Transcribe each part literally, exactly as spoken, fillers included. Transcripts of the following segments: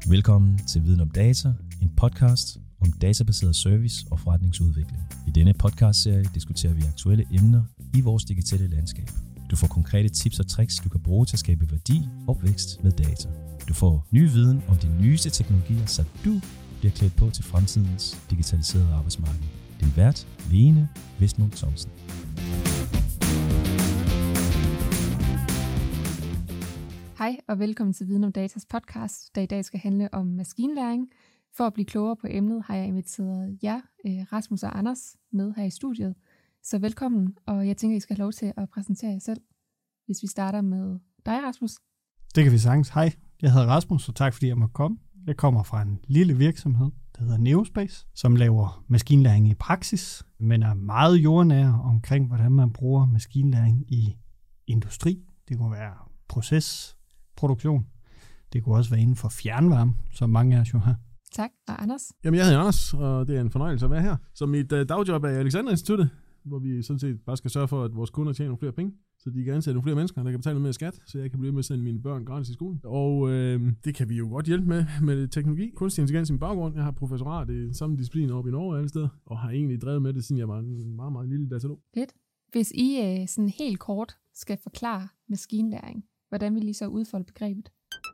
Velkommen til Viden om Data, en podcast om databaseret service og forretningsudvikling. I denne podcastserie diskuterer vi aktuelle emner i vores digitale landskab. Du får konkrete tips og tricks, du kan bruge til at skabe værdi og vækst med data. Du får ny viden om de nyeste teknologier, så du bliver klædt på til fremtidens digitaliserede arbejdsmarked. Din vært, Lene Vestmund Thomsen. Hej og velkommen til Viden om Datas podcast, der i dag skal handle om maskinlæring. For at blive klogere på emnet har jeg inviteret jer, Rasmus og Anders, med her i studiet. Så velkommen, og jeg tænker, I skal have lov til at præsentere jer selv. Hvis vi starter med dig, Rasmus. Det kan vi sagtens. Hej, jeg hedder Rasmus, og tak fordi jeg måtte komme. Jeg kommer fra en lille virksomhed, der hedder Neospace, som laver maskinlæring i praksis, men er meget jordnær omkring, hvordan man bruger maskinlæring i industri. Det kunne være procesproduktion. Det kunne også være inden for fjernvarme, som mange af os jo har. Tak. Og Anders? Jamen, jeg hedder Anders, og det er en fornøjelse at være her. Så mit uh, dagjob er i Alexander Instituttet, hvor vi sådan set bare skal sørge for, at vores kunder tjener nogle flere penge, så de kan ansætte nogle flere mennesker, der kan betale noget mere skat, så jeg kan blive med at sende mine børn gratis i skolen. Og øh, det kan vi jo godt hjælpe med, med teknologi. Kunstig intelligens i min baggrund. Jeg har professorat i samme disciplin oppe i Norge alle steder, og har egentlig drevet med det, siden jeg var en meget, meget lille datalog. Fedt. Hvis I øh, sådan helt kort skal forklare maskinlæring, hvordan vil I så udfolde begrebet?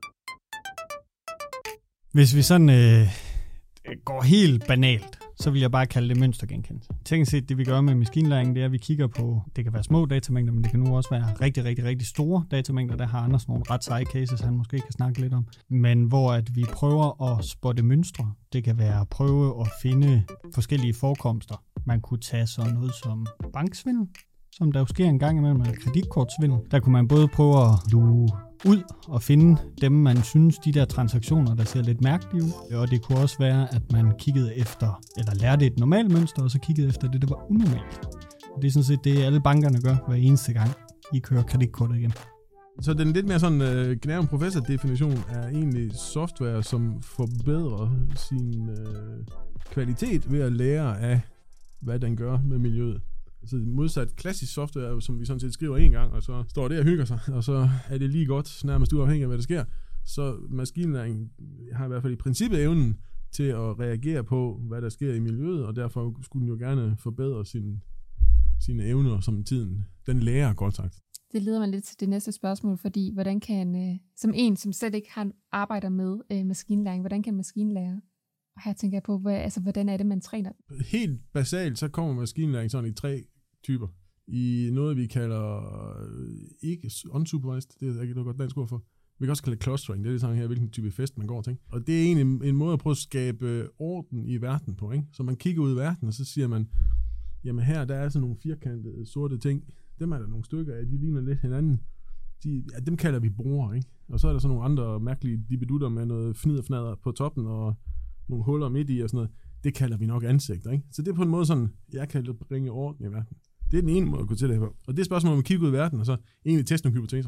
Hvis vi sådan øh, går helt banalt, så vil jeg bare kalde det mønstergenkendelse. Teknisk set, det vi gør med maskinlæring, det er, at vi kigger på, det kan være små datamængder, men det kan nu også være rigtig, rigtig, rigtig store datamængder. Der har Anders nogle ret seje cases, han måske kan snakke lidt om. Men hvor at vi prøver at spotte mønstre. Det kan være at prøve at finde forskellige forekomster. Man kunne tage sådan noget som banksvindel, som der jo sker en gang imellem, eller kreditkortsvindel. Der kunne man både prøve at luge ud og finde dem, man synes, de der transaktioner, der ser lidt mærkelige ud. Og det kunne også være, at man kiggede efter, eller lærte et normalt mønster, og så kiggede efter det, der var unormalt. Det er sådan set det, alle bankerne gør hver eneste gang, I kører kreditkortet igennem. Så den lidt mere sådan øh, gnæven professor-definition er egentlig software, som forbedrer sin øh, kvalitet ved at lære af, hvad den gør med miljøet. Så modsat klassisk software, som vi sådan set skriver en gang, og så står det og hygger sig, og så er det lige godt, nærmest uafhængigt af, hvad der sker. Så maskinlæring har i hvert fald i princippet evnen til at reagere på, hvad der sker i miljøet, og derfor skulle den jo gerne forbedre sin, sine evner som tiden. Den lærer, godt sagt. Det leder mig lidt til det næste spørgsmål, fordi hvordan kan, som en, som slet ikke har arbejder med øh, maskinlæring, hvordan kan maskinlære? Og her tænker jeg på, hvad, altså, hvordan er det, man træner? Helt basalt, så kommer maskinlæring sådan i tre typer. I noget, vi kalder ikke unsupervised, det er ikke noget godt dansk ord for. Vi kan også kalde det clustering, det er det sådan her, hvilken type fest man går til. Og det er egentlig en måde at prøve at skabe orden i verden på, ikke? Så man kigger ud i verden, og så siger man, jamen her, der er sådan nogle firkantede sorte ting. Dem er der nogle stykker af, de ligner lidt hinanden. De, ja, dem kalder vi broer, ikke? Og så er der så nogle andre mærkelige dibedutter med noget fniderfnader på toppen, og nogle huller midt i og sådan noget. Det kalder vi nok ansigter, ikke? Så det er på en måde sådan, jeg kan bringe orden i verden. Det er den ene måde at gå til det her på. Og det er spørgsmålet om at kigge ud i verden, og så egentlig teste nogle hypoteser.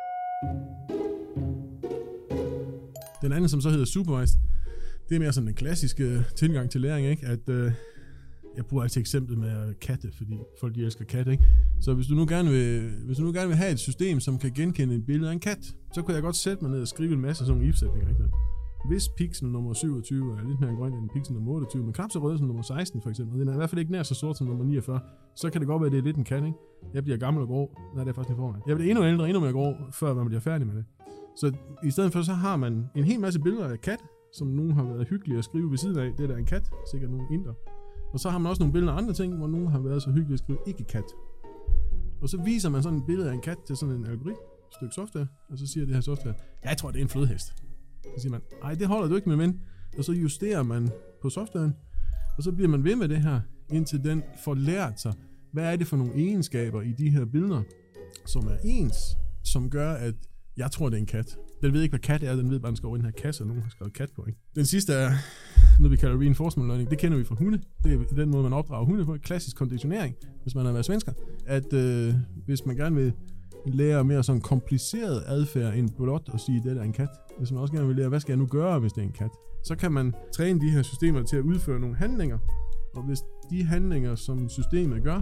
Den anden, som så hedder supervised, det er mere sådan den klassiske tilgang til læring, ikke? At øh, jeg bruger altid eksemplet med katte, fordi folk de elsker katte, ikke? Så hvis du nu gerne vil, hvis du nu gerne vil have et system, som kan genkende et billede af en kat, så kunne jeg godt sætte mig ned og skrive en masse sådan nogle if-sætninger, ikke? Hvis pixel nummer syvogtyve er lidt mere grøn end pixel nummer otteogtyve, men knap så rød som nummer seksten for eksempel, og den er i hvert fald ikke nær så sort som nummer niogfyrre, så kan det godt være, at det er lidt en kat, ikke? Jeg bliver gammel og grå. Nej, det er faktisk i forvejen. Jeg bliver endnu ældre, endnu mere grå, før man bliver færdig med det. Så i stedet for, så har man en hel masse billeder af kat, som nogen har været hyggelige at skrive ved siden af. Det er der en kat, sikkert nogle inder. Og så har man også nogle billeder af andre ting, hvor nogen har været så hyggelige at skrive ikke kat. Og så viser man sådan et billede af en kat til sådan en algoritme, et stykke software, og så siger det her software, jeg tror, det er en flodhest. Så siger man, nej, det holder du ikke med, ven. Og så justerer man på softwaren, og så bliver man ved med det her, indtil den får lært sig, hvad er det for nogle egenskaber i de her billeder, som er ens, som gør, at jeg tror, det er en kat. Den ved ikke, hvad kat er, den ved bare, den skal over i den her kasse, og nogen har skrevet kat på, ikke? Den sidste er noget, vi kalder reinforcement learning. Det kender vi fra hunde. Det er den måde, man opdrager hunde på. Klassisk konditionering, hvis man har været svensker. At øh, hvis man gerne vil lære mere sådan kompliceret adfærd end blot at sige, at det er en kat. Hvis man også gerne vil lære, hvad skal jeg nu gøre, hvis det er en kat? Så kan man træne de her systemer til at udføre nogle handlinger. Og hvis de handlinger, som systemet gør,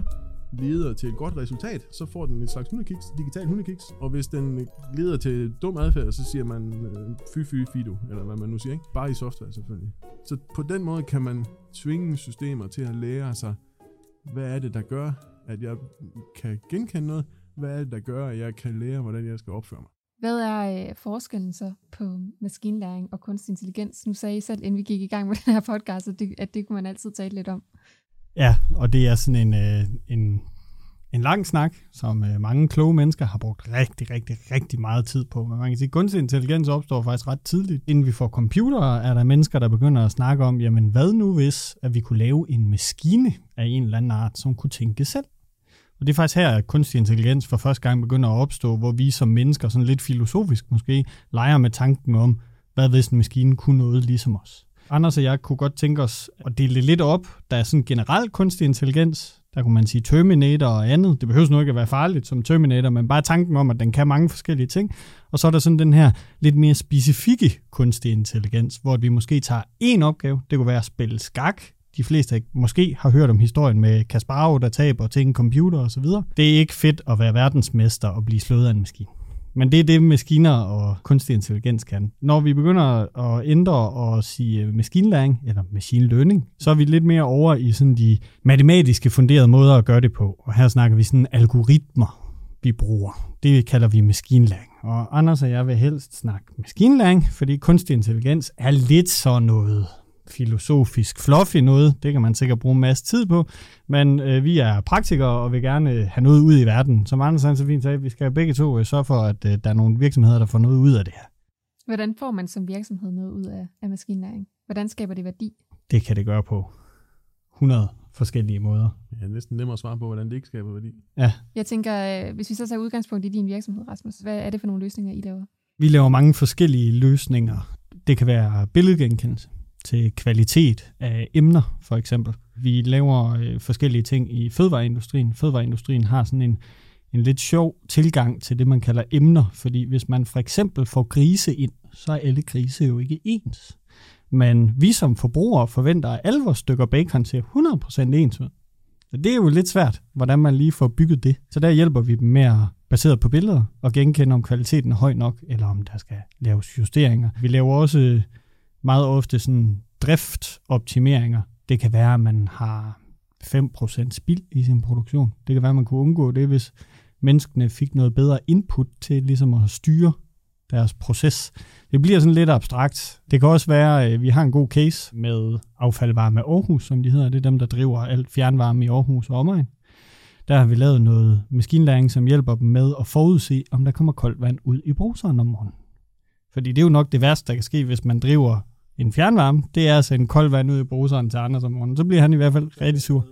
leder til et godt resultat, så får den et slags hundekiks, digital hundekiks. Og hvis den leder til dum adfærd, så siger man øh, fy fy fido, eller hvad man nu siger, ikke? Bare i software selvfølgelig. Så på den måde kan man tvinge systemer til at lære sig, hvad er det, der gør, at jeg kan genkende noget? Hvad er det, der gør, at jeg kan lære, hvordan jeg skal opføre mig? Hvad er øh, forskellen så på maskinlæring og kunstig intelligens? Nu sagde I selv, inden vi gik i gang med den her podcast, at det, at det kunne man altid tale lidt om. Ja, og det er sådan en, øh, en, en lang snak, som øh, mange kloge mennesker har brugt rigtig, rigtig, rigtig meget tid på. Men man kan sige, at kunstig intelligens opstår faktisk ret tidligt. Inden vi får computere, er der mennesker, der begynder at snakke om, jamen hvad nu hvis, at vi kunne lave en maskine af en eller anden art, som kunne tænke selv? Og det er faktisk her, at kunstig intelligens for første gang begynder at opstå, hvor vi som mennesker, sådan lidt filosofisk måske, leger med tanken om, hvad hvis en maskine kunne noget ligesom os. Anders og jeg kunne godt tænke os at dele det lidt op. Der er sådan generelt kunstig intelligens, der kunne man sige Terminator og andet. Det behøver nu ikke at være farligt som Terminator, men bare tanken om, at den kan mange forskellige ting. Og så er der sådan den her lidt mere specifikke kunstig intelligens, hvor vi måske tager én opgave. Det kunne være at spille skak. De fleste måske har hørt om historien med Kasparov, der taber til en computer osv. Det er ikke fedt at være verdensmester og blive slået af en maskine. Men det er det, maskiner og kunstig intelligens kan. Når vi begynder at ændre og sige maskinlæring, eller machine learning, så er vi lidt mere over i sådan de matematiske funderede måder at gøre det på. Og her snakker vi sådan algoritmer, vi bruger. Det kalder vi maskinlæring. Og Anders og jeg vil helst snakke maskinlæring, fordi kunstig intelligens er lidt sådan noget filosofisk fluffy noget. Det kan man sikkert bruge en masse tid på. Men øh, vi er praktikere og vil gerne have noget ud i verden. Som Anders så fint sagde, vi skal begge to øh, sørge for, at øh, der er nogle virksomheder, der får noget ud af det her. Hvordan får man som virksomhed noget ud af, af maskinlæring? Hvordan skaber det værdi? Det kan det gøre på hundrede forskellige måder. Det er næsten nemmere at svare på, hvordan det ikke skaber værdi. Ja. Jeg tænker, hvis vi så tager udgangspunkt i din virksomhed, Rasmus, hvad er det for nogle løsninger, I laver? Vi laver mange forskellige løsninger. Det kan være billedgenkendelse til kvalitet af emner, for eksempel. Vi laver øh, forskellige ting i fødevareindustrien. Fødevareindustrien har sådan en, en lidt sjov tilgang til det, man kalder emner, fordi hvis man for eksempel får grise ind, så er alle grise jo ikke ens. Men vi som forbrugere forventer, at alle vores stykker bacon ser hundrede procent ens ud. Så det er jo lidt svært, hvordan man lige får bygget det. Så der hjælper vi dem med at baseret på billeder og genkende, om kvaliteten er høj nok, eller om der skal laves justeringer. Vi laver også meget ofte sådan driftoptimeringer. Det kan være, at man har fem procent spild i sin produktion. Det kan være, at man kunne undgå det, hvis menneskene fik noget bedre input til ligesom at styre deres proces. Det bliver sådan lidt abstrakt. Det kan også være, at vi har en god case med Affaldvarme Aarhus, som de hedder. Det er dem, der driver alt fjernvarme i Aarhus og omegn. Der har vi lavet noget maskinlæring, som hjælper dem med at forudse, om der kommer koldt vand ud i bruseren om morgenen. Fordi det er jo nok det værste, der kan ske, hvis man driver en fjernvarme. Det er at sende koldt vand ud i bruseren til Anders om morgenen. Så bliver han i hvert fald rigtig sur.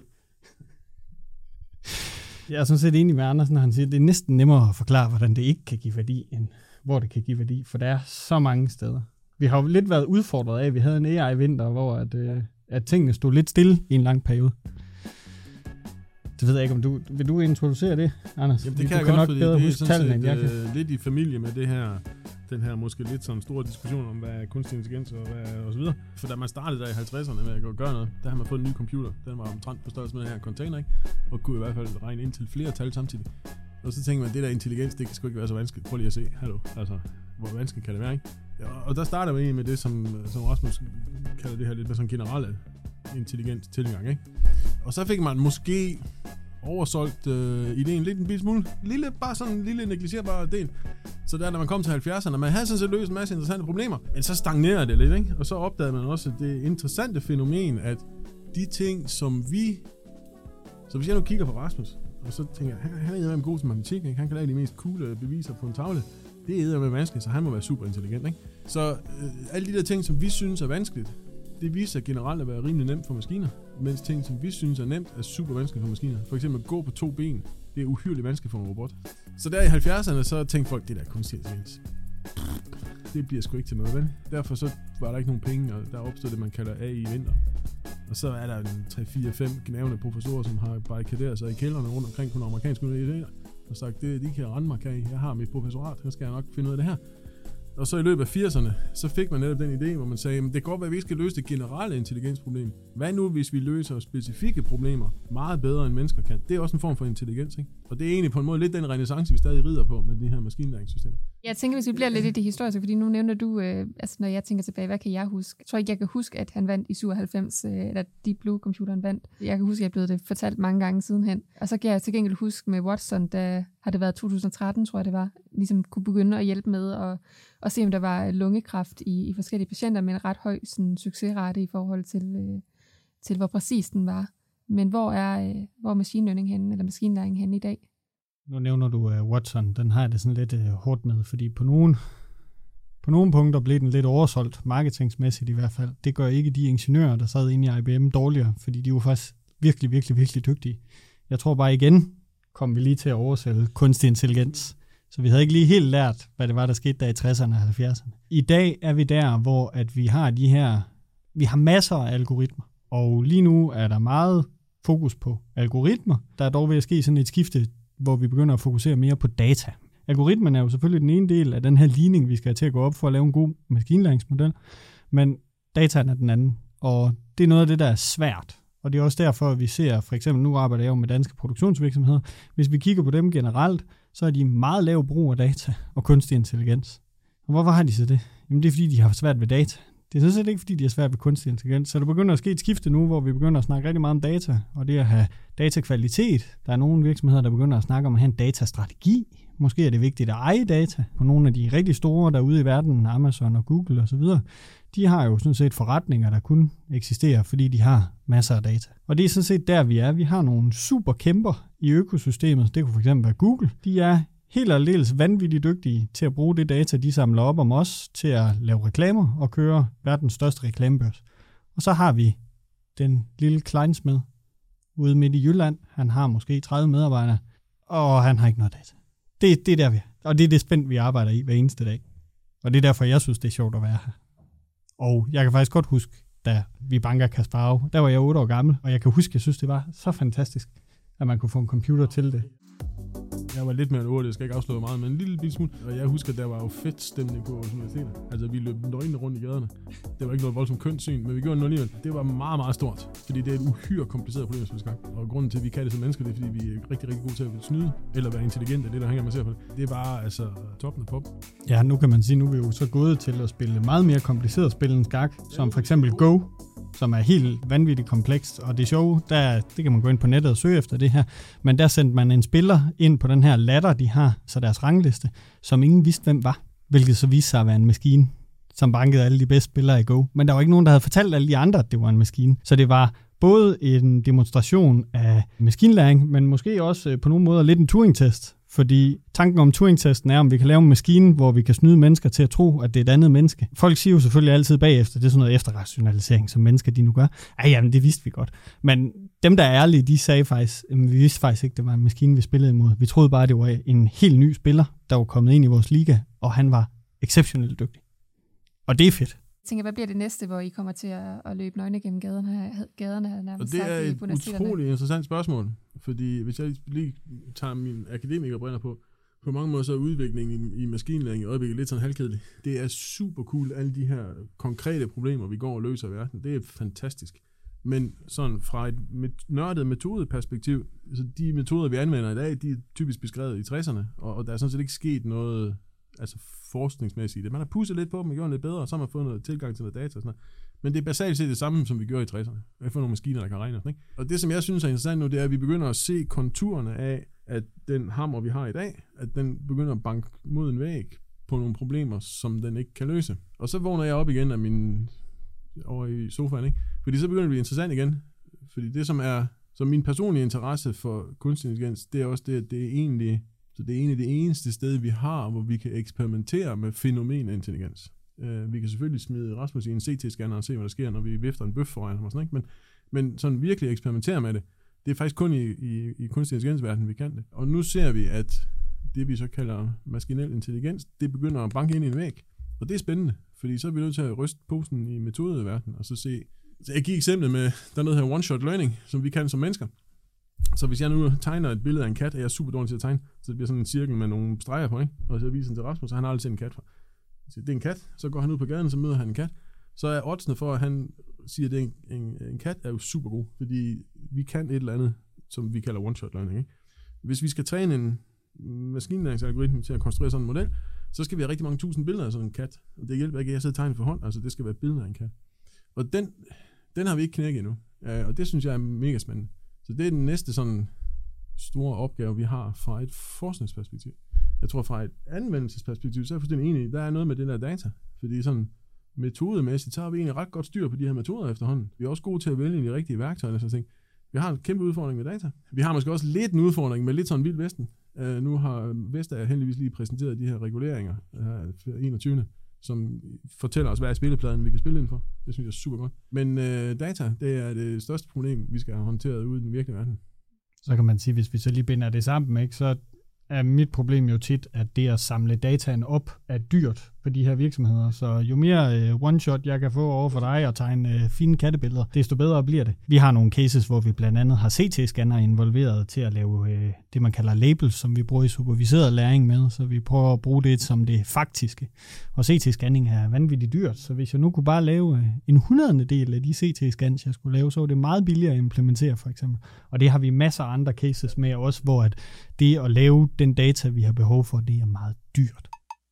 Jeg er sådan set enig med Anders, når han siger, at det er næsten nemmere at forklare, hvordan det ikke kan give værdi, end hvor det kan give værdi. For der er så mange steder. Vi har jo lidt været udfordret af, at vi havde en A I-vinter, hvor at, at tingene stod lidt stille i en lang periode. Det ved jeg ikke, om du... Vil du introducere det, Anders? Jamen, det kan du jeg kan godt, nok fordi bedre det er huske tallene, end jeg kan. Øh, lidt i familie med det her, den her måske lidt sådan store diskussion om, hvad er kunstig intelligens og, hvad, og så videre. For da man startede der i halvtredserne med at gøre noget, der har man fået en ny computer. Den var omtrent på størrelse med den her container, ikke? Og kunne i hvert fald regne ind til flere tal samtidig. Og så tænker man, det der intelligens, det kan sgu ikke være så vanskeligt. Prøv lige at se, hallo, altså, hvor vanskeligt kan det være, ikke? Ja, og der starter vi egentlig med det, som, som Rasmus kalder det her lidt med sådan generelle intelligens tilgang, ikke? Og så fik man måske oversolgt øh, ideen lidt en lille smule. Lille, bare sådan en lille negligerbar del. Så der, når man kom til halvfjerdserne, man havde sådan set løst en masse interessante problemer, men så stagnerede det lidt, ikke? Og så opdagede man også det interessante fænomen, at de ting, som vi... Så hvis jeg nu kigger på Rasmus, og så tænker jeg, han, han er eddermame god til matematik, ikke? Han kan lave de mest cool beviser på en tavle. Det er eddermame vanskeligt, så han må være super intelligent, ikke? Så øh, alle de der ting, som vi synes er vanskeligt, det viser generelt at være rimelig nemt for maskiner, mens ting, som vi synes er nemt, er super vanskeligt for maskiner. For eksempel at gå på to ben, det er uhyrligt vanskeligt for en robot. Så der i halvfjerdserne, så tænkte folk, det der kunstig intelligens, det bliver sgu ikke til noget, vel? Derfor så var der ikke nogen penge, og der opstod det, man kalder A I-vinter. Og så er der en tre, fire, fem gnavende professorer, som har barrikaderet sig i kælderne rundt omkring på den amerikanske universitet, og sagt, det, de kan rende mig, kan I? Jeg har mit professorat, så skal jeg nok finde ud af det her. Og så i løbet af firserne, så fik man netop den idé, hvor man sagde, at det kan godt være, at vi ikke skal løse det generelle intelligensproblem. Hvad nu, hvis vi løser specifikke problemer meget bedre, end mennesker kan? Det er også en form for intelligens, ikke? Og det er egentlig på en måde lidt den renæssance, vi stadig rider på med de her maskinlæringssystemer. Jeg tænker, hvis vi bliver lidt i det historiske, fordi nu nævner du, øh, altså når jeg tænker tilbage, hvad kan jeg huske? Jeg tror ikke, jeg kan huske, at han vandt i syvoghalvfems, øh, eller Deep Blue-computeren vandt. Jeg kan huske, at jeg er blevet det fortalt mange gange sidenhen. Og så kan jeg til gengæld huske med Watson, da har det været to tusind og tretten, tror jeg det var, ligesom kunne begynde at hjælpe med at, at se, om der var lungekræft i, i forskellige patienter med en ret høj sådan, succesrate i forhold til, øh, til, hvor præcis den var. Men hvor er, øh, hvor er machine learning henne, eller maskinlæring henne i dag? Nu nævner du uh, Watson, den har jeg det sådan lidt uh, hårdt med, fordi på nogle, på nogle punkter blev den lidt oversolgt, marketingsmæssigt i hvert fald. Det gør ikke de ingeniører, der sad inde i I B M dårligere, fordi de var faktisk virkelig, virkelig, virkelig dygtige. Jeg tror bare igen, kom vi lige til at oversælge kunstig intelligens. Så vi havde ikke lige helt lært, hvad det var, der skete der i tresserne og halvfjerdserne. I dag er vi der, hvor at vi har de her, vi har masser af algoritmer, og lige nu er der meget fokus på algoritmer. Der er dog ved at ske sådan et skifte, hvor vi begynder at fokusere mere på data. Algoritmen er jo selvfølgelig den ene del af den her ligning, vi skal have til at gå op for at lave en god maskinlæringsmodel, men dataen er den anden, og det er noget af det, der er svært. Og det er også derfor, at vi ser, for eksempel nu arbejder jeg jo med danske produktionsvirksomheder, hvis vi kigger på dem generelt, så er de meget lav brug af data og kunstig intelligens. Og hvorfor har de så det? Jamen det er fordi, de har svært ved data. Det er sådan set ikke, fordi de har svært ved kunstig intelligens. Så der begynder at ske et skifte nu, hvor vi begynder at snakke rigtig meget om data, og det at have datakvalitet. Der er nogle virksomheder, der begynder at snakke om at have en datastrategi. Måske er det vigtigt at eje data. På nogle af de rigtig store derude i verden, Amazon og Google osv., de har jo sådan set forretninger, der kun eksisterer, fordi de har masser af data. Og det er sådan set der, vi er. Vi har nogle super kæmper i økosystemet. Det kunne fx være Google. De er helt og aldeles vanvittigt dygtige til at bruge det data, de samler op om os, til at lave reklamer og køre verdens største reklamebørs. Og så har vi den lille kleinsmed ude midt i Jylland. Han har måske tredive medarbejdere, og han har ikke noget data. Det, det er der, vi er. Og det er det spændt, vi arbejder i hver eneste dag. Og det er derfor, jeg synes, det er sjovt at være her. Og jeg kan faktisk godt huske, da vi banker Kasparov, der var jeg otte år gammel, og jeg kan huske, jeg synes, det var så fantastisk, at man kunne få en computer til det. Jeg var lidt mere end otte, jeg skal ikke afsløre meget, men en lille bitte smule. Og jeg husker, at der var jo fedt stemning på vores universiteter. Altså, vi løb nøgne rundt i gaderne. Det var ikke noget voldsomt kønssyn, men vi gjorde noget alligevel. Det var meget, meget stort, fordi det er et uhyre kompliceret problem, som vi skal. Og grunden til, at vi kan det som mennesker, det er, fordi vi er rigtig, rigtig gode til at snyde, eller være intelligente, det der hænger man ser på det. Det er bare, altså, toppen af pop. Ja, nu kan man sige, nu er vi jo så gået til at spille meget mere kompliceret spil end skak, som for eksempel Go, som er helt vanvittigt komplekst, og det sjove, der, det kan man gå ind på nettet og søge efter det her, men der sendte man en spiller ind på den her ladder, de har, så deres rangliste, som ingen vidste, hvem var, hvilket så viste sig at være en maskine, som bankede alle de bedste spillere i Go. Men der var ikke nogen, der havde fortalt alle de andre, at det var en maskine. Så det var både en demonstration af maskinlæring, men måske også på nogle måder lidt en Turing-test. Fordi tanken om Turing-testen er, om vi kan lave en maskine, hvor vi kan snyde mennesker til at tro, at det er et andet menneske. Folk siger jo selvfølgelig altid bagefter, det er sådan noget efterrationalisering, som mennesker de nu gør. Ej, jamen det vidste vi godt. Men dem, der er ærlige, de sagde faktisk, at vi vidste faktisk ikke, det var en maskine, vi spillede imod. Vi troede bare, det var en helt ny spiller, der var kommet ind i vores liga, og han var exceptionelt dygtig. Og det er fedt. Jeg tænker, hvad bliver det næste, hvor I kommer til at, at løbe nøgne gennem gaderne her, gaderne her nærmest? Og det er et utroligt interessant spørgsmål, fordi hvis jeg lige tager min akademikerbriller på, på mange måder så er udviklingen i, i maskinlæring i øjeblikket lidt sådan halvkedelig. Det er super cool, alle de her konkrete problemer, vi går og løser i verden. Det er fantastisk. Men sådan fra et met- nørdet metodeperspektiv, så de metoder, vi anvender i dag, de er typisk beskrevet i tresserne, og, og der er sådan set ikke sket noget altså forskningsmæssigt. Man har pusset lidt på dem og gjort lidt bedre, og så har man fået noget tilgang til noget data og sådan noget. Men det er basalt set det samme, som vi gjorde i tresserne. Vi får nogle maskiner, der kan regne. Ikke? Og det, som jeg synes er interessant nu, det er, at vi begynder at se konturerne af, at den hammer, vi har i dag, at den begynder at banke mod en væg på nogle problemer, som den ikke kan løse. Og så vågner jeg op igen af min over i sofaen, ikke? Fordi så begynder det at blive interessant igen. Fordi det, som er som min personlige interesse for kunstig intelligens, det er også det, at det er egentlig Så det er egentlig det eneste sted, vi har, hvor vi kan eksperimentere med fænomenintelligens. Uh, vi kan selvfølgelig smide Rasmus i en C T-scanner og se, hvad der sker, når vi vifter en bøf foran ham og sådan, ikke? Men, men sådan virkelig eksperimentere med det, det er faktisk kun i, i, i kunstig intelligensverdenen, vi kan det. Og nu ser vi, at det, vi så kalder maskinel intelligens, det begynder at banke ind i en væg. Og det er spændende, fordi så er vi nødt til at ryste posen i metodeverdenen og så se. Så jeg giver eksemplet med, der er noget her one-shot learning, som vi kan som mennesker. Så hvis jeg nu tegner et billede af en kat, og jeg er super dårlig til at tegne, så det bliver sådan en cirkel med nogle streger på, ikke? Og så viser den til Rasmus, så han har aldrig set en kat fra. det er en kat, så går han ud på gaden, så møder han en kat, så er oddsene for, at han siger, at det er en, en, en kat, er jo super god, fordi vi kan et eller andet, som vi kalder one-shot learning. Ikke? Hvis vi skal træne en maskinlæringsalgoritme til at konstruere sådan en model, så skal vi have rigtig mange tusind billeder af sådan en kat. Og det hjælper ikke, at jeg sidder og tegner for hånd, altså det skal være billeder af en kat. Og den, den har vi ikke knækket endnu, og det synes jeg er mega spændende. Så det er den næste sådan store opgave, vi har fra et forskningsperspektiv. Jeg tror fra et anvendelsesperspektiv, så er jeg fuldstændig enig, der er noget med det der data, fordi sådan metodemæssigt, så har vi egentlig ret godt styr på de her metoder efterhånden. Vi er også gode til at vælge de rigtige værktøjer og sådan ting. Vi har en kæmpe udfordring med data. Vi har måske også lidt en udfordring med lidt sådan Vild Vesten. Uh, nu har Vestager heldigvis lige præsenteret de her reguleringer, uh, enogtyvende som fortæller os, hvad er spillepladen, vi kan spille ind for. Det synes jeg er super godt. Men uh, data, det er det største problem, vi skal have håndteret ude i den virkelige verden. Så kan man sige, hvis vi så lige binder det sammen, ikke, så er mit problem jo tit, at det at samle dataen op er dyrt for de her virksomheder. Så jo mere uh, one-shot jeg kan få over for dig og tegne uh, fine kattebilleder, desto bedre bliver det. Vi har nogle cases, hvor vi blandt andet har C T-scanner involveret til at lave uh, det, man kalder labels, som vi bruger i superviseret læring med. Så vi prøver at bruge det som det faktiske. Og C T-scanning er vanvittigt dyrt, så hvis jeg nu kunne bare lave uh, en hundredende del af de C T-scans, jeg skulle lave, så var det meget billigere at implementere for eksempel. Og det har vi masser af andre cases med også, hvor at det at lave den data, vi har behov for, det er meget dyrt.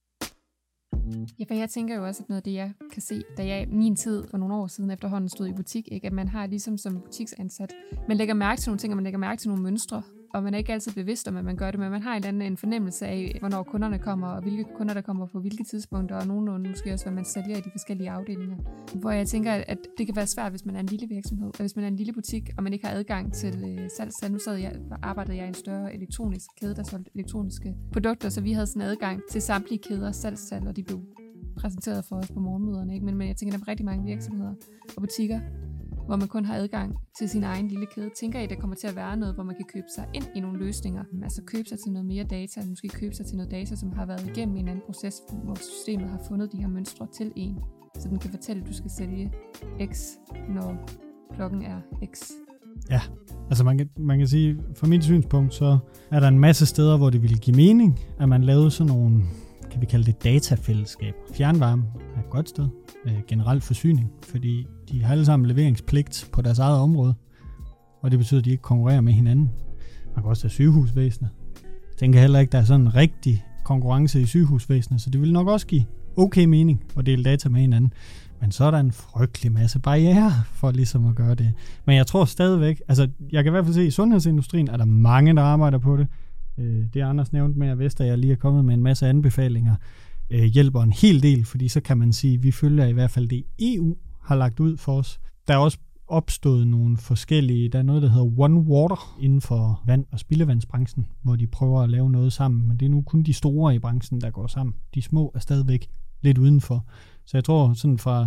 Ja, for jeg tænker jo også, at noget af det, jeg kan se, da jeg min tid for nogle år siden efterhånden stod i butik, ikke, at man har ligesom som butiksansat, man lægger mærke til nogle ting, og man lægger mærke til nogle mønstre, og man er ikke altid bevidst om, at man gør det, men man har en eller anden en fornemmelse af, hvornår kunderne kommer, og hvilke kunder, der kommer på hvilke tidspunkter, og nogenlunde måske også, hvad man sælger i de forskellige afdelinger. Hvor jeg tænker, at det kan være svært, hvis man er en lille virksomhed, og hvis man er en lille butik, og man ikke har adgang til øh, salg. Nu sad jeg, arbejdede jeg i en større elektronisk kæde, der solgte elektroniske produkter, så vi havde sådan adgang til samtlige kæder salgssalg, og de blev præsenteret for os på morgenmøderne. Ikke? Men, men jeg tænker, der er rigtig mange virksomheder og butikker, hvor man kun har adgang til sin egen lille kæde. Tænker I, der kommer til at være noget, hvor man kan købe sig ind i nogle løsninger? Altså købe sig til noget mere data, måske købe sig til noget data, som har været igennem en anden proces, hvor systemet har fundet de her mønstre til en, så den kan fortælle, at du skal sælge X, når klokken er X. Ja, altså man kan, man kan sige, fra mit synspunkt, så er der en masse steder, hvor det ville give mening, at man lavede sådan nogle, kan vi kalde det datafællesskab. Fjernvarme er et godt sted. Generel forsyning, fordi de har alle sammen leveringspligt på deres eget område, og det betyder, at de ikke konkurrerer med hinanden. Man kan også have sygehusvæsenet. Jeg tænker heller ikke, der er sådan en rigtig konkurrence i sygehusvæsenet, så det vil nok også give okay mening at dele data med hinanden. Men så er der en frygtelig masse barrierer for ligesom at gøre det. Men jeg tror stadigvæk, altså jeg kan i hvert fald se, at i sundhedsindustrien er der mange, der arbejder på det. Det Anders nævnte med, at Vestager lige er kommet med en masse anbefalinger, hjælper en hel del, fordi så kan man sige, at vi følger i hvert fald det E U har lagt ud for os. Der er også opstået nogle forskellige, der er noget, der hedder One Water inden for vand- og spildevandsbranchen, hvor de prøver at lave noget sammen, men det er nu kun de store i branchen, der går sammen. De små er stadigvæk lidt udenfor. Så jeg tror, sådan fra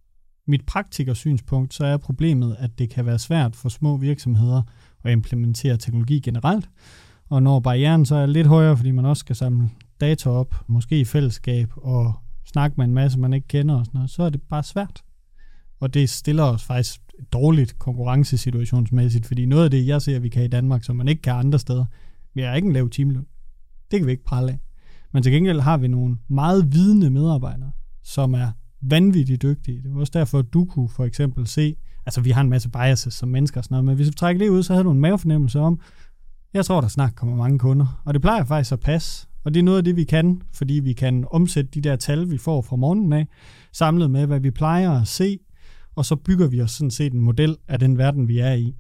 mit praktikersynspunkt, så er problemet, at det kan være svært for små virksomheder at implementere teknologi generelt, og når barrieren så er lidt højere, fordi man også skal samle data op, måske i fællesskab, og snakke med en masse, man ikke kender og sådan noget, så er det bare svært. Og det stiller os faktisk dårligt konkurrencesituationsmæssigt, fordi noget af det, jeg ser, vi kan i Danmark, som man ikke kan andre steder, vi har ikke en lav timeløn. Det kan vi ikke prale af. Men til gengæld har vi nogle meget vidende medarbejdere, som er vanvittigt dygtige. Det var også derfor, at du kunne for eksempel se, altså vi har en masse biases som mennesker og sådan noget, men hvis vi trækker det ud, så havde du en mavefornemmelse om, jeg tror, der snart kommer mange kunder. Og det plejer faktisk at passe. Og det er noget af det, vi kan, fordi vi kan omsætte de der tal, vi får fra morgenen af, samlet med, hvad vi plejer at se, og så bygger vi os sådan set en model af den verden, vi er i.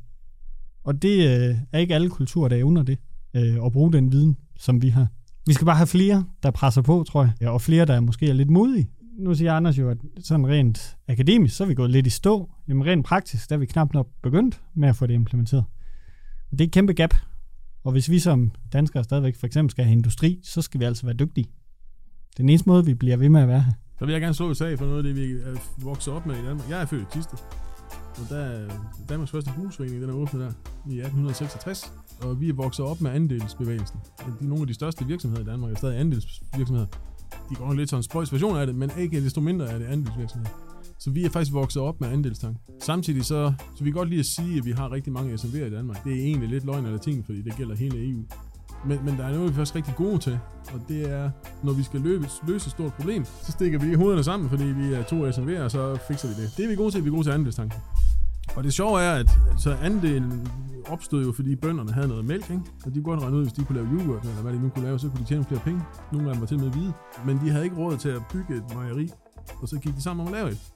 Og det øh, er ikke alle kulturer, der evner det, øh, at bruge den viden, som vi har. Vi skal bare have flere, der presser på, tror jeg, og flere, der måske er lidt modige. Nu siger Anders jo, at sådan rent akademisk, så er vi gået lidt i stå. Jamen rent praktisk, der er vi knap nok begyndt med at få det implementeret. Og det er et kæmpe gap. Og hvis vi som danskere stadigvæk for eksempel skal have industri, så skal vi altså være dygtige. Det er den eneste måde, vi bliver ved med at være her. Så vil jeg gerne slå et sag for noget af det, vi er vokset op med i Danmark. Jeg er født i Thisted, og der er Danmarks første brugsforening, den er åbnet der i atten seksogtres. Og vi er vokset op med andelsbevægelsen. De er nogle af de største virksomheder i Danmark, er stadig andelsvirksomheder. De går nok lidt sådan en spøjs version af det, men ikke desto mindre er det andelsvirksomheder. Så vi er faktisk vokset op med andelstank. Samtidig så, så vi kan godt lide at sige, at vi har rigtig mange S M V'er i Danmark. Det er egentlig lidt løgn eller ting, fordi det gælder hele E U. Men, men der er noget, vi er faktisk rigtig gode til, og det er, når vi skal løbe, løse et stort problem, så stikker vi hovederne sammen, fordi vi er to S M V'er, og så fikser vi det. Det er vi gode til, vi er gode til andelstanken. Og det sjove er, at så andelen opstod jo, fordi bønderne havde noget mælk, ikke? Og de kunne godt regne ud, hvis de kunne lave yoghurt, eller hvad de nu kunne lave, så kunne de tjene flere penge. Nogle af dem var til med hvide, men de havde ikke råd til at bygge et mejeri, og så gik de sammen om at lave et.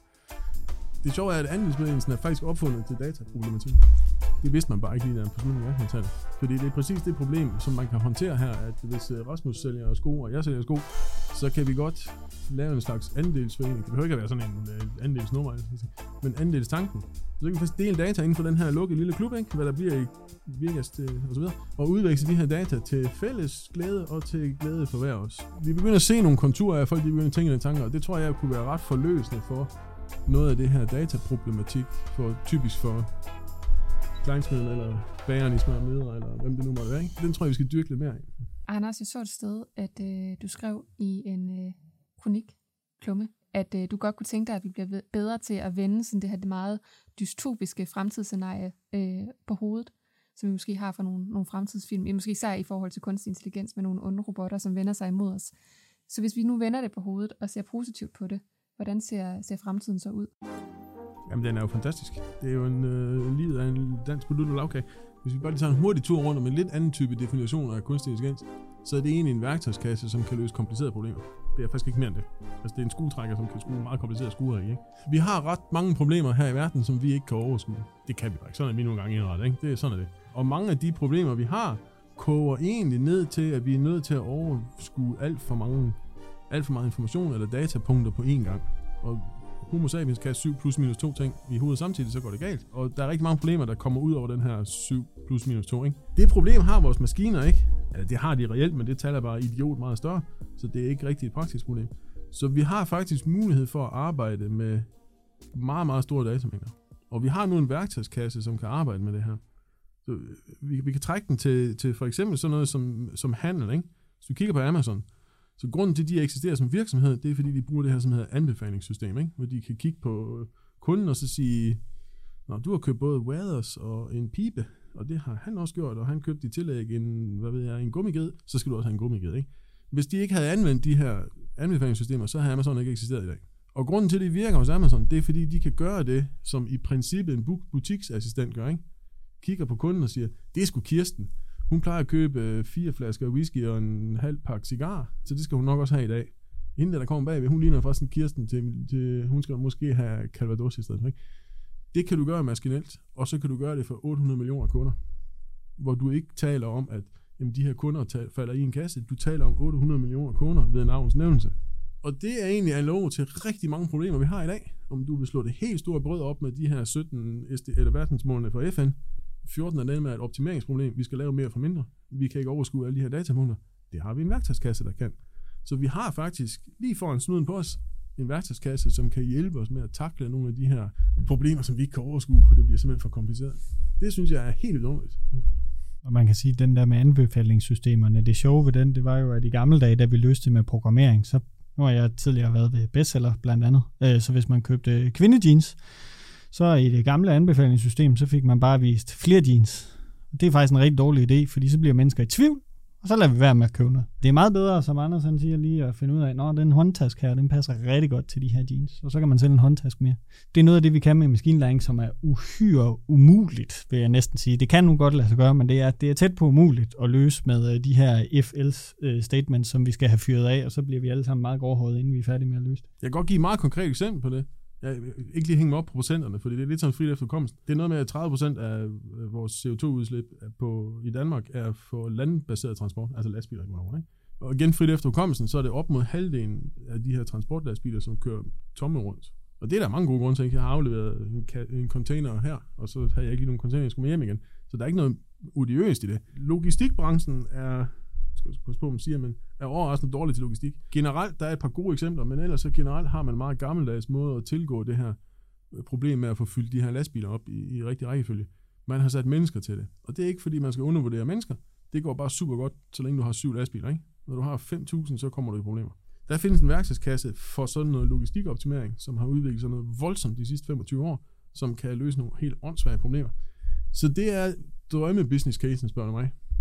Det sjove er, at andelsmeddelelsen er faktisk opfundet til dataproblematik. Det vidste man bare ikke lige, der på slutningen af attenhundredetallet. Fordi det er præcis det problem, som man kan håndtere her, at hvis Rasmus sælger sko, og jeg sælger sko, så kan vi godt lave en slags andelsforening. Det behøver ikke at være sådan en andelsnummer, men andelstanken. Så kan vi faktisk dele data inden for den her lukkede lille klub, ikke? Hvad der bliver i Virkast og så videre, og udveksle de her data til fælles glæde og til glæde for hver os. Vi begynder at se nogle konturer af folk, de begynder at tænke i tanker, og det tror jeg kunne være ret forløsende for noget af det her dataproblematik, for typisk for kleinsmeden eller bageren i smør midler, eller hvem det nu måtte være, ikke? Den tror jeg, vi skal dyrke lidt mere af. Anders, jeg så et sted, at øh, du skrev i en øh, kronik, klumme, at øh, du godt kunne tænke dig, at vi bliver bedre til at vende sådan det her det meget dystopiske fremtidsscenarie øh, på hovedet, som vi måske har fra nogle, nogle fremtidsfilm, måske især i forhold til kunstig intelligens med nogle onde robotter, som vender sig imod os. Så hvis vi nu vender det på hovedet og ser positivt på det, hvordan ser, ser fremtiden så ud? Jamen, den er jo fantastisk. Det er jo en øh, livet af en dansk produkt og lavkage. Hvis vi bare lige tager en hurtig tur rundt om en lidt anden type definition af kunstig intelligens, så er det egentlig en værktøjskasse, som kan løse komplicerede problemer. Det er faktisk ikke mere end det. Altså, det er en skruetrækker, som kan skrue meget komplicerede skruer i, ikke? Vi har ret mange problemer her i verden, som vi ikke kan overskue. Det kan vi bare ikke. Sådan er vi nogle gange indrettet, ikke? Det er sådan er det. Og mange af de problemer, vi har, koger egentlig ned til, at vi er nødt til at overskue alt for mange, alt for meget information eller datapunkter på én gang. Og Homo sapiens kan syv plus minus to ting i hovedet samtidig, så går det galt. Og der er rigtig mange problemer, der kommer ud over den her syv plus minus to, ikke? Det problem har vores maskiner ikke. Eller det har de reelt, men det taler bare idiot meget større. Så det er ikke rigtig et praktisk problem. Så vi har faktisk mulighed for at arbejde med meget, meget store datamængder. Og vi har nu en værktøjskasse, som kan arbejde med det her. Så vi, vi kan trække den til, til for eksempel sådan noget som, som handel, ikke? Hvis du kigger på Amazon, så grunden til, at de eksisterer som virksomhed, det er, fordi de bruger det her, som hedder anbefalingssystem, ikke? Hvor de kan kigge på kunden og så sige, nå, du har købt både Weathers og en pibe, og det har han også gjort, og han købte i tillæg en, hvad ved jeg, en gummiged, så skal du også have en gummiged, ikke? Hvis de ikke havde anvendt de her anbefalingssystemer, så havde Amazon ikke eksisteret i dag. Og grunden til, at det virker hos Amazon, det er, fordi de kan gøre det, som i princippet en butiksassistent gør, ikke? Kigger på kunden og siger, det er sgu Kirsten. Hun plejer at købe fire flasker whisky og en halv pakke cigar, så det skal hun nok også have i dag. Inden der kommer bagved, hun ligner faktisk en Kirsten til, til, hun skal måske have Calvados i stedet, ikke? Det kan du gøre maskinelt, og så kan du gøre det for otte hundrede millioner kunder, hvor du ikke taler om, at jamen, de her kunder tal, falder i en kasse. Du taler om otte hundrede millioner kunder ved navns nævnelse. Og det er egentlig analog til rigtig mange problemer, vi har i dag. Om du vil slå det helt store brød op med de her sytten eller verdensmålene for F N, fjorten af dem er et optimeringsproblem. Vi skal lave mere for mindre. Vi kan ikke overskue alle de her datapunkter. Det har vi en værktøjskasse, der kan. Så vi har faktisk lige foran snuden på os en værktøjskasse, som kan hjælpe os med at takle nogle af de her problemer, som vi ikke kan overskue, for det bliver simpelthen for kompliceret. Det synes jeg er helt vidunderligt. Og man kan sige, at den der med anbefalingssystemerne, det sjove ved den, det var jo, at i gamle dage, da vi løste det med programmering, så nu har jeg tidligere været ved bestseller blandt andet, så hvis man købte kvindejeans, så i det gamle anbefalingssystem, så fik man bare vist flere jeans. Det er faktisk en rigtig dårlig idé, fordi så bliver mennesker i tvivl, og så lader vi være med at købe noget. Det er meget bedre, som Anders han siger, lige at finde ud af, at den håndtaske her, den passer rigtig godt til de her jeans, og så kan man sælge en håndtaske mere. Det er noget af det, vi kan med maskinlæring, som er uhyre umuligt, vil jeg næsten sige. Det kan nu godt lade sig gøre, men det er, det er tæt på umuligt at løse med de her F L statements, som vi skal have fyret af, og så bliver vi alle sammen meget gråhårede, inden vi er færdige med at løse det. Jeg kan godt give et meget konkret eksempel på det. Jeg vil ikke lige hænge mig op på procenterne, fordi det er lidt som frit efter hukommelsen. Det er noget med, at tredive procent af vores C O to udslip på, i Danmark er for landbaseret transport, altså lastbiler, ikke? Og igen frit efter hukommelsen, så er det op mod halvdelen af de her transportlastbiler, som kører tomme rundt. Og det er der mange gode grunde til. Jeg har afleveret en, en container her, og så har jeg ikke lige nogen container, jeg skulle med hjem igen. Så der er ikke noget odiøst i det. Logistikbranchen er... skal jeg passe på, man siger, men er overraskende dårligt til logistik. Generelt, der er et par gode eksempler, men ellers så generelt har man en meget gammeldags måde at tilgå det her problem med at få fyldt de her lastbiler op i, i rigtig rækkefølge. Man har sat mennesker til det, og det er ikke fordi, man skal undervurdere mennesker. Det går bare super godt, så længe du har syv lastbiler, ikke? Når du har fem tusind, så kommer du i problemer. Der findes en værktøjskasse for sådan noget logistikoptimering, som har udviklet sådan noget voldsomt de sidste femogtyve år, som kan løse nogle helt åndssvage problemer. Så det er drømme business casen, spørger du mig.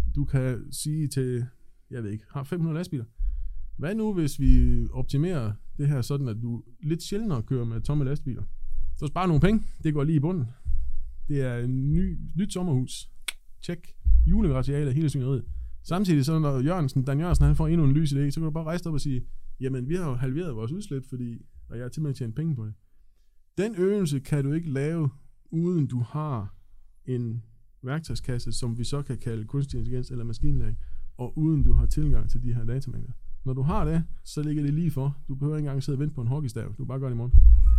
du kan sige til, jeg ved ikke, har fem hundrede lastbiler. Hvad nu, hvis vi optimerer det her sådan, at du lidt sjældnere kører med tomme lastbiler? Så sparer nogle penge. Det går lige i bunden. Det er en ny, nyt sommerhus. Tjek. Julegratialer, hele svineriet. Samtidig så når Jørgensen, Dan Jørgensen, han får endnu en lys idé, så kan du bare rejse op og sige, jamen vi har jo halveret vores udslip, fordi, og jeg har simpelthen tjent penge på det. Den øvelse kan du ikke lave, uden du har en værktøjskasse, som vi så kan kalde kunstig intelligens eller maskinlæring, og uden du har tilgang til de her datamængder. Når du har det, så ligger det lige for. Du behøver ikke engang sidde og vente på en hockeystav. Du bare gør det i morgen.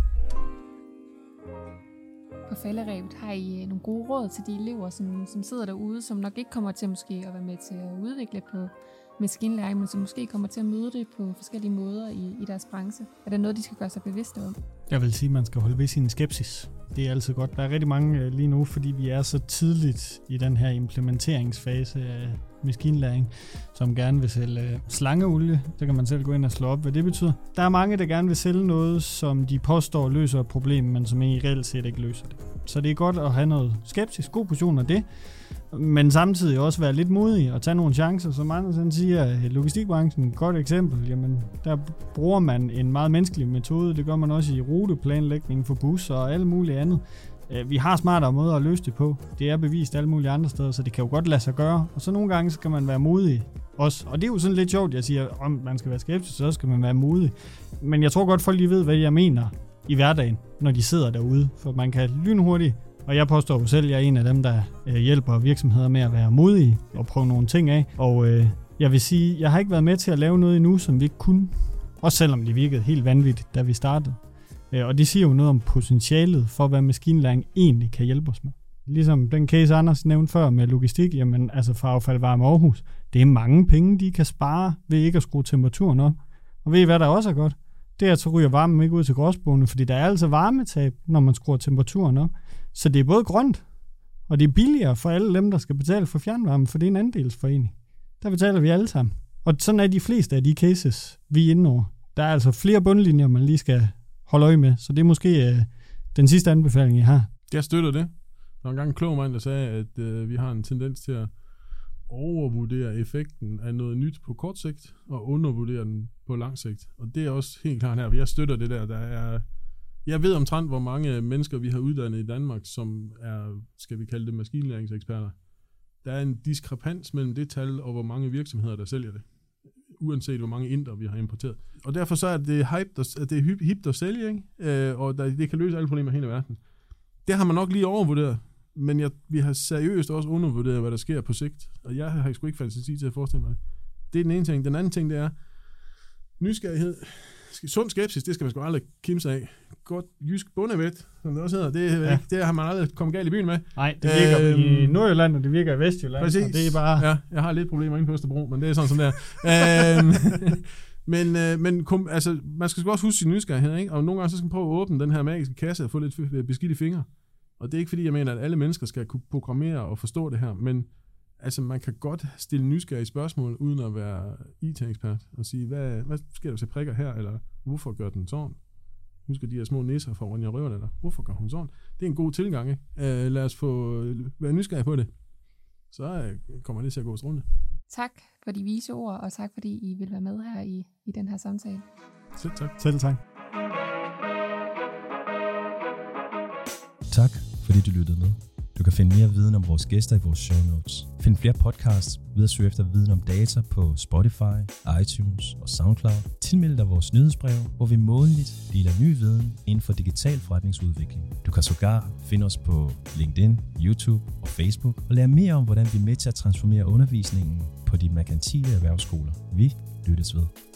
På Falderevet har I nogle gode råd til de elever, som, som sidder derude, som nok ikke kommer til måske at være med til at udvikle på maskinlæring, men som måske kommer til at møde det på forskellige måder i, i deres branche. Er det noget, de skal gøre sig bevidste om? Jeg vil sige, at man skal holde ved sin skepsis. Det er altid godt. Der er rigtig mange lige nu, fordi vi er så tidligt i den her implementeringsfase af maskinlæring, som gerne vil sælge slangeolie. Så kan man selv gå ind og slå op, hvad det betyder. Der er mange, der gerne vil sælge noget, som de påstår løser et problem, men som i reelt set ikke løser det. Så det er godt at have noget skepsis, god portion af det, men samtidig også være lidt modig og tage nogle chancer. Som Anders siger, logistikbranchen, et godt eksempel, jamen der bruger man en meget menneskelig metode. Det gør man også i ruteplanlægning for bus og alt muligt andet. Vi har smartere måder at løse det på. Det er bevist alle mulige andre steder, så det kan jo godt lade sig gøre. Og så nogle gange skal man være modig også. Og det er jo sådan lidt sjovt, jeg siger, om man skal være skeptisk, så skal man være modig. Men jeg tror godt, folk lige ved, hvad jeg mener i hverdagen, når de sidder derude. For man kan lynhurtigt, og jeg påstår jo selv, at jeg er en af dem, der øh, hjælper virksomheder med at være modige og prøve nogle ting af. Og øh, jeg vil sige, jeg har ikke været med til at lave noget endnu, som vi ikke kunne. Også selvom det virkede helt vanvittigt, da vi startede. Øh, og det siger jo noget om potentialet for, hvad maskinlæring egentlig kan hjælpe os med. Ligesom den case, Anders nævnte før med logistik, jamen altså for affaldvarme Aarhus, det er mange penge, de kan spare ved ikke at skrue temperaturen op. Og ved I, hvad der også er godt? Det er, at så ryger varmen ikke ud til gråspåne, fordi der er altså varmetab, når man skruer temperaturen op. Så det er både grønt, og det er billigere for alle dem, der skal betale for fjernvarme, for det er en andelsforening. Der betaler vi alle sammen. Og sådan er de fleste af de cases, vi er inde over. Der er altså flere bundlinjer, man lige skal holde øje med, så det er måske øh, den sidste anbefaling, I har. Jeg støtter det. Der var engang en klog mand, der sagde, at øh, vi har en tendens til at overvurdere effekten af noget nyt på kort sigt, og undervurdere den på lang sigt. Og det er også helt klart her, jeg støtter det der. Der er, jeg ved omtrent, hvor mange mennesker vi har uddannet i Danmark, som er, skal vi kalde det, maskinlæringseksperter. Der er en diskrepans mellem det tal, og hvor mange virksomheder, der sælger det. Uanset hvor mange inder vi har importeret. Og derfor så er det hype, der, det er hipt at sælge, ikke? Øh, og der, det kan løse alle problemer i hele verden. Det har man nok lige overvurderet. Men jeg, vi har seriøst også undervurderet, hvad der sker på sigt. Og jeg har sgu ikke fantasi til at forestille mig det. Det er den ene ting. Den anden ting, det er nysgerrighed. Sund skepsis, det skal man sgu aldrig kimse af. Godt jysk bundevæt, som det også hedder. Det, ja. det har man aldrig kommet galt i byen med. Nej, det virker øhm, i Nordjylland, og det virker i Vestjylland. Præcis. Og det er bare... Ja, jeg har lidt problemer inde på Østerbro, men det er sådan som det er. øhm, men øh, men kom, altså, man skal sgu også huske sin nysgerrighed, ikke? Og nogle gange så skal man prøve at åbne den her magiske kasse og få lidt beskidte fingre. Og det er ikke fordi, jeg mener, at alle mennesker skal kunne programmere og forstå det her, men altså, man kan godt stille nysgerrige spørgsmål, uden at være I T-ekspert, og sige, hvad, hvad sker der til prikker her, eller hvorfor gør den sådan? Husker de her små nisser fra Ronja Røver, eller hvorfor gør hun sådan? Det er en god tilgang, ikke? Uh, lad os få være nysgerrige på det. Så uh, kommer det til at gå rundt. Tak for de vise ord, og tak fordi I vil være med her i, i den her samtale. Selv tak. Selv tak. Tak, fordi du lyttede med. Du kan finde mere viden om vores gæster i vores show notes. Find flere podcasts ved at søge efter viden om data på Spotify, iTunes og SoundCloud. Tilmeld dig vores nyhedsbrev, hvor vi månedligt deler ny viden inden for digital forretningsudvikling. Du kan sågar finde os på LinkedIn, YouTube og Facebook og lære mere om, hvordan vi er med til at transformere undervisningen på de merkantile erhvervsskoler. Vi lyttes ved.